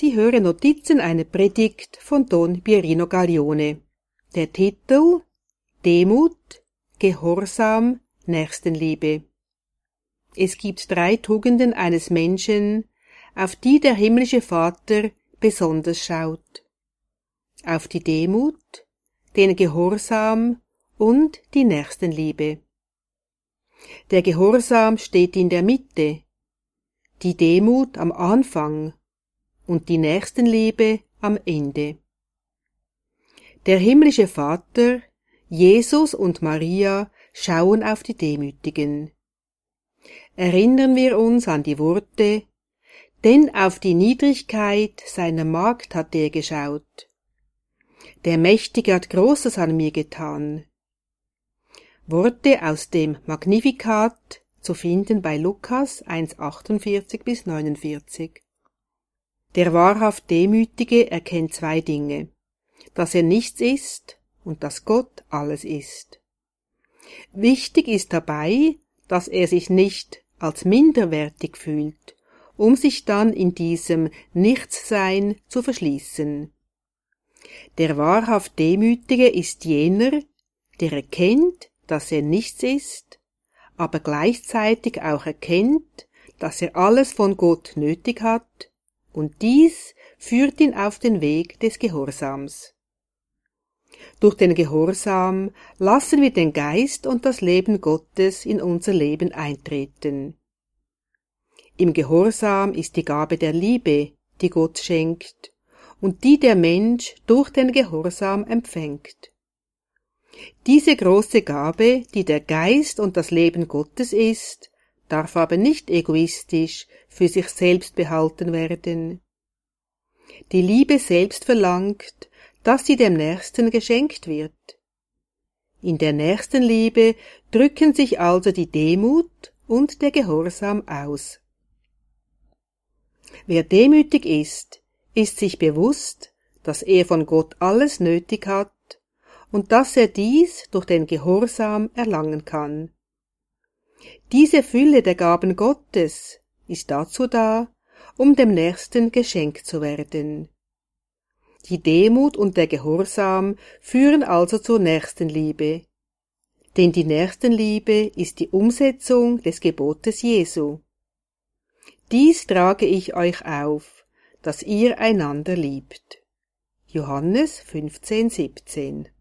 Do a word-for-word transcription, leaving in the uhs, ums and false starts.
Sie hören Notizen einer Predigt von Don Pierino Gaglione. Der Titel: Demut, Gehorsam, Nächstenliebe. Es gibt drei Tugenden eines Menschen, auf die der himmlische Vater besonders schaut. Auf die Demut, den Gehorsam und die Nächstenliebe. Der Gehorsam steht in der Mitte, die Demut am Anfang und die Nächstenliebe am Ende. Der himmlische Vater, Jesus und Maria schauen auf die Demütigen. Erinnern wir uns an die Worte: denn auf die Niedrigkeit seiner Magd hat er geschaut. Der Mächtige hat Großes an mir getan. Worte aus dem Magnificat, zu finden bei Lukas eins achtundvierzig bis neunundvierzig. Der wahrhaft Demütige erkennt zwei Dinge: dass er nichts ist und dass Gott alles ist. Wichtig ist dabei, dass er sich nicht als minderwertig fühlt, um sich dann in diesem Nichtssein zu verschließen. Der wahrhaft Demütige ist jener, der erkennt, dass er nichts ist, aber gleichzeitig auch erkennt, dass er alles von Gott nötig hat, und dies führt ihn auf den Weg des Gehorsams. Durch den Gehorsam lassen wir den Geist und das Leben Gottes in unser Leben eintreten. Im Gehorsam ist die Gabe der Liebe, die Gott schenkt und die der Mensch durch den Gehorsam empfängt. Diese große Gabe, die der Geist und das Leben Gottes ist, darf aber nicht egoistisch für sich selbst behalten werden. Die Liebe selbst verlangt, dass sie dem Nächsten geschenkt wird. In der Nächstenliebe drücken sich also die Demut und der Gehorsam aus. Wer demütig ist, ist sich bewusst, dass er von Gott alles nötig hat und dass er dies durch den Gehorsam erlangen kann. Diese Fülle der Gaben Gottes ist dazu da, um dem Nächsten geschenkt zu werden. Die Demut und der Gehorsam führen also zur Nächstenliebe, denn die Nächstenliebe ist die Umsetzung des Gebotes Jesu. Dies trage ich euch auf, dass ihr einander liebt. Johannes fünfzehn, siebzehn.